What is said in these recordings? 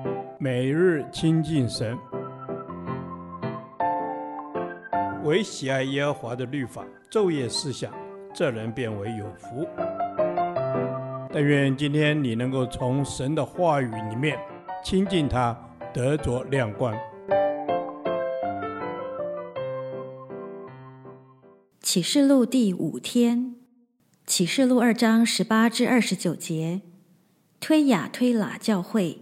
每日亲近神，唯喜爱耶和华的律法，昼夜思想，这人变为有福。但愿今天你能够从神的话语里面亲近他，得着亮光。 启示录第5天，启示录2章18至29节，推雅推喇教会。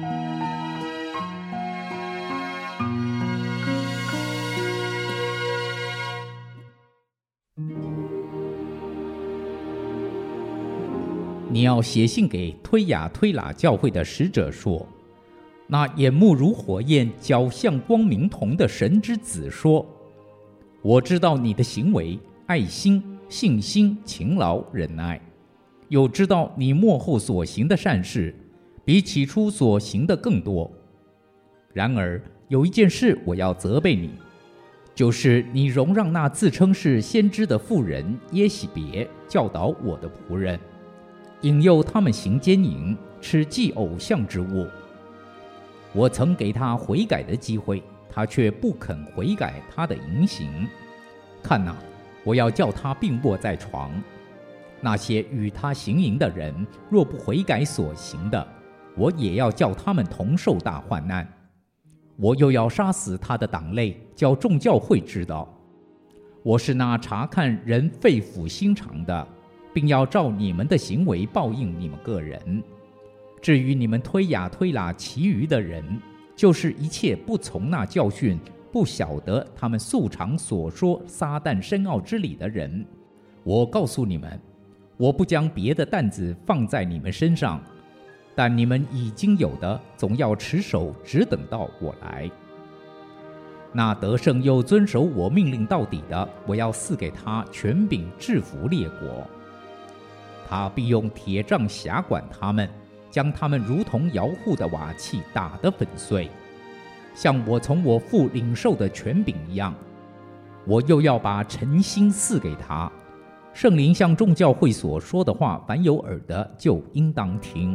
你要写信给推雅推喇教会的使者说，那眼目如火焰，脚像光明铜的神之子说，我知道你的行为，爱心、信心、勤劳、忍耐，又知道你末后所行的善事，比起初所行的更多。然而有一件事我要责备你，就是你容让那自称是先知的妇人耶洗别教导我的仆人，引诱他们行奸淫，吃祭偶像之物。我曾给他悔改的机会，他却不肯悔改他的淫行。看哪，我要叫他病卧在床。那些与他行淫的人，若不悔改所行的，我也要叫他们同受大患难。我又要杀死他的党类，叫众教会知道，我是那查看人肺腑心肠的，并要照你们的行为报应你们个人。至于你们推雅推喇其余的人，就是一切不从那教训，不晓得他们素常所说撒旦深奥之理的人，我告诉你们，我不将别的担子放在你们身上，但你们已经有的，总要持守，只等到我来。那得胜又遵守我命令到底的，我要赐给他权柄制服列国。他必用铁杖辖管他们，将他们如同摇户的瓦器打得粉碎，像我从我父领受的权柄一样。我又要把诚心赐给他。圣灵向众教会所说的话，凡有耳的就应当听。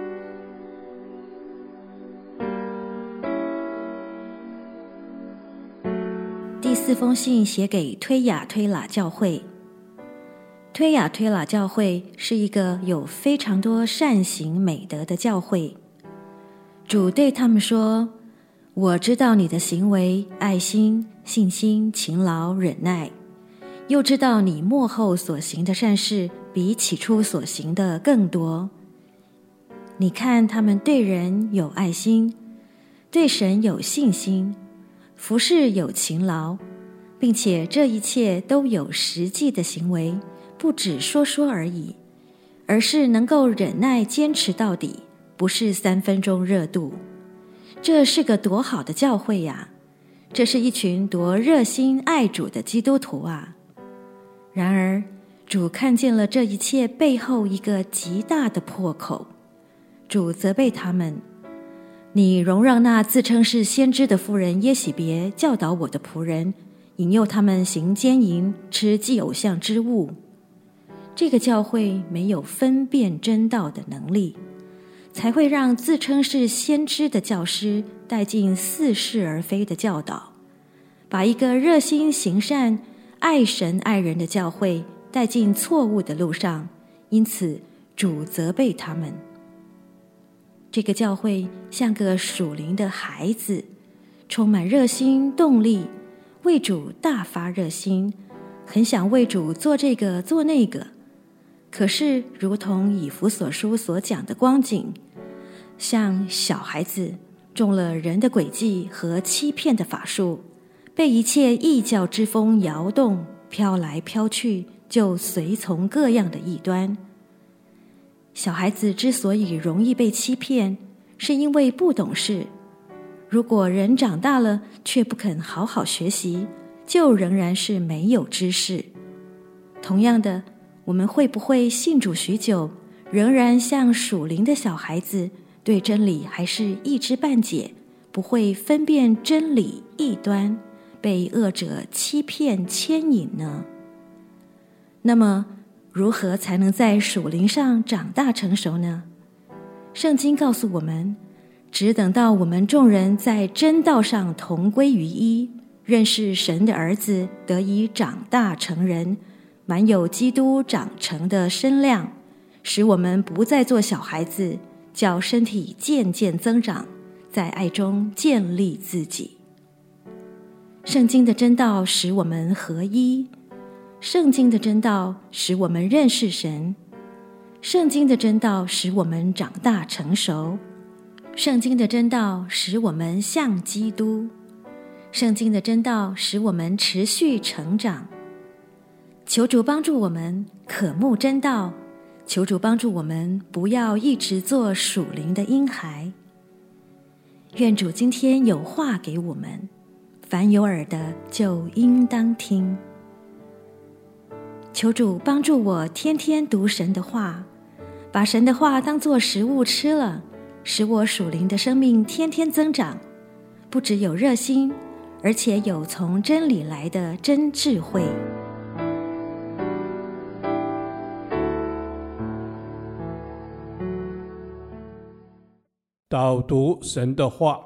第4封信写给推雅推喇教会。推雅推喇教会是一个有非常多善行美德的教会。主对他们说，我知道你的行为，爱心、信心、勤劳、忍耐，又知道你末后所行的善事，比起初所行的更多。你看他们对人有爱心，对神有信心，服事有勤劳，并且这一切都有实际的行为，不只说说而已，而是能够忍耐坚持到底，不是3分钟热度。这是个多好的教会呀！这是一群多热心爱主的基督徒啊！然而主看见了这一切背后一个极大的破口，主责备他们，你容让那自称是先知的妇人耶洗别教导我的仆人，引诱他们行奸淫，吃祭偶像之物。这个教会没有分辨真道的能力，才会让自称是先知的教师带进似是而非的教导，把一个热心行善、爱神爱人的教会带进错误的路上，因此主责备他们。这个教会像个属灵的孩子，充满热心动力，为主大发热心，很想为主做这个做那个。可是如同以弗所书所讲的光景，像小孩子中了人的诡计和欺骗的法术，被一切异教之风摇动，飘来飘去，就随从各样的异端。小孩子之所以容易被欺骗，是因为不懂事。如果人长大了却不肯好好学习，就仍然是没有知识。同样的，我们会不会信主许久，仍然像属灵的小孩子，对真理还是一知半解，不会分辨真理异端，被恶者欺骗牵引呢？那么如何才能在属灵上长大成熟呢？圣经告诉我们， 只等到我们众人在真道上同归于一，认识神的儿子，得以长大成人，满有基督长成的身量，使我们不再做小孩子，叫身体渐渐增长，在爱中建立自己。圣经的真道使我们合一，圣经的真道使我们认识神，圣经的真道使我们长大成熟，圣经的真道使我们像基督，圣经的真道使我们持续成长。求主帮助我们渴慕真道，求主帮助我们不要一直做属灵的婴孩。愿主今天有话给我们，凡有耳的就应当听。求主帮助我天天读神的话，把神的话当作食物吃了，使我属灵的生命天天增长，不只有热心，而且有从真理来的真智慧。 导读神的话。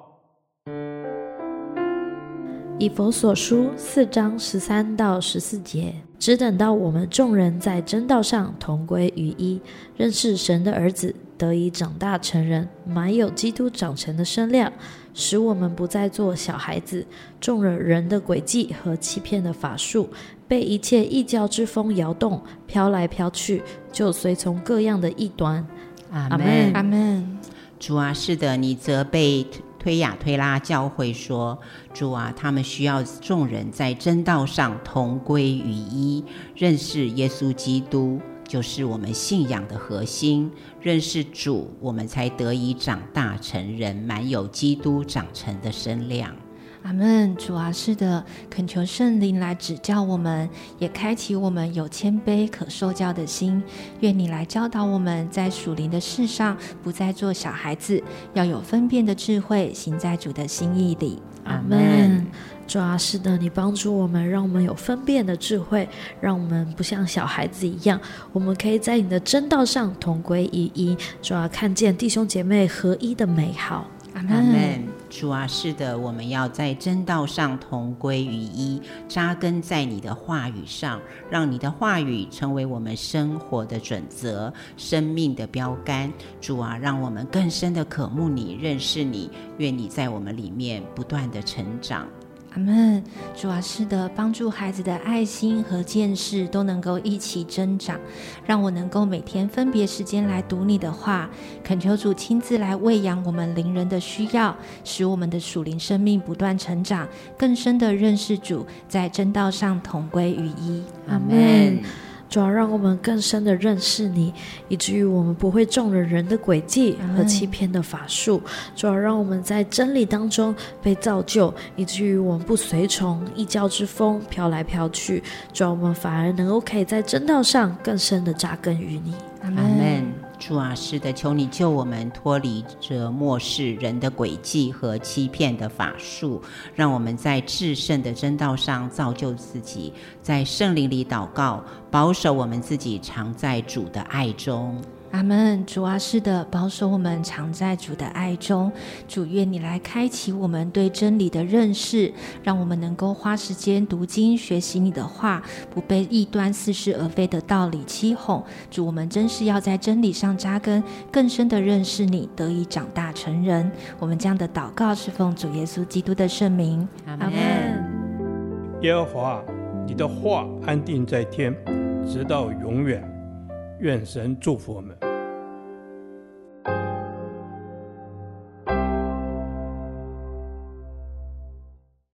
以弗所书4章13到14节，只等到我们众人在真道上同归于一，认识神的儿子，得以长大成人，满有基督长成的身量，使我们不再做小孩子，中了人的诡计和欺骗的法术，被一切异教之风摇动，飘来飘去，就随从各样的异端。 阿们。 阿们。 主啊，是的，你责备推雅推拉教会说，主啊，他们需要众人在真道上同归于一，认识耶稣基督就是我们信仰的核心，认识主，我们才得以长大成人，满有基督长成的身量。 阿们。主啊，是的，恳求圣灵来指教我们，也开启我们有谦卑可受教的心。愿你来教导我们，在属灵的事上不再做小孩子，要有分辨的智慧，行在主的心意里。 阿们。主啊，是的，你帮助我们，让我们有分辨的智慧，让我们不像小孩子一样，我们可以在你的真道上同归于一。主啊，看见弟兄姐妹合一的美好。 阿阿们。 们。 主啊，是的，我们要在真道上同归于一，扎根在你的话语上，让你的话语成为我们生活的准则，生命的标杆。主啊，让我们更深的渴慕你，认识你，愿你在我们里面不断的成长。 阿们。主啊，是的，帮助孩子的爱心和见识都能够一起增长，让我能够每天分别时间来读你的话，恳求主亲自来喂养我们灵人的需要，使我们的属灵生命不断成长，更深的认识主，在真道上同归于一。 阿们。主要让我们更深的认识你，以至于我们不会中了人的诡计和欺骗的法术。主要让我们在真理当中被造就，以至于我们不随从异教之风飘来飘去。主要我们反而能够可以在真道上更深的扎根于你。 阿阿们。主啊，是的，求你救我们脱离这末世人的诡计和欺骗的法术，让我们在至圣的真道上造就自己，在圣灵里祷告，保守我们自己常在主的爱中。 阿们。主啊，是的，保守我们常在主的爱中。主，愿你来开启我们对真理的认识，让我们能够花时间读经学习你的话，不被异端似是而非的道理欺哄。主，我们真是要在真理上扎根，更深的认识你，得以长大成人。我们这样的祷告是奉主耶稣基督的圣名。 阿阿们。 耶和华，你的话安定在天，直到永远。愿神祝福我们。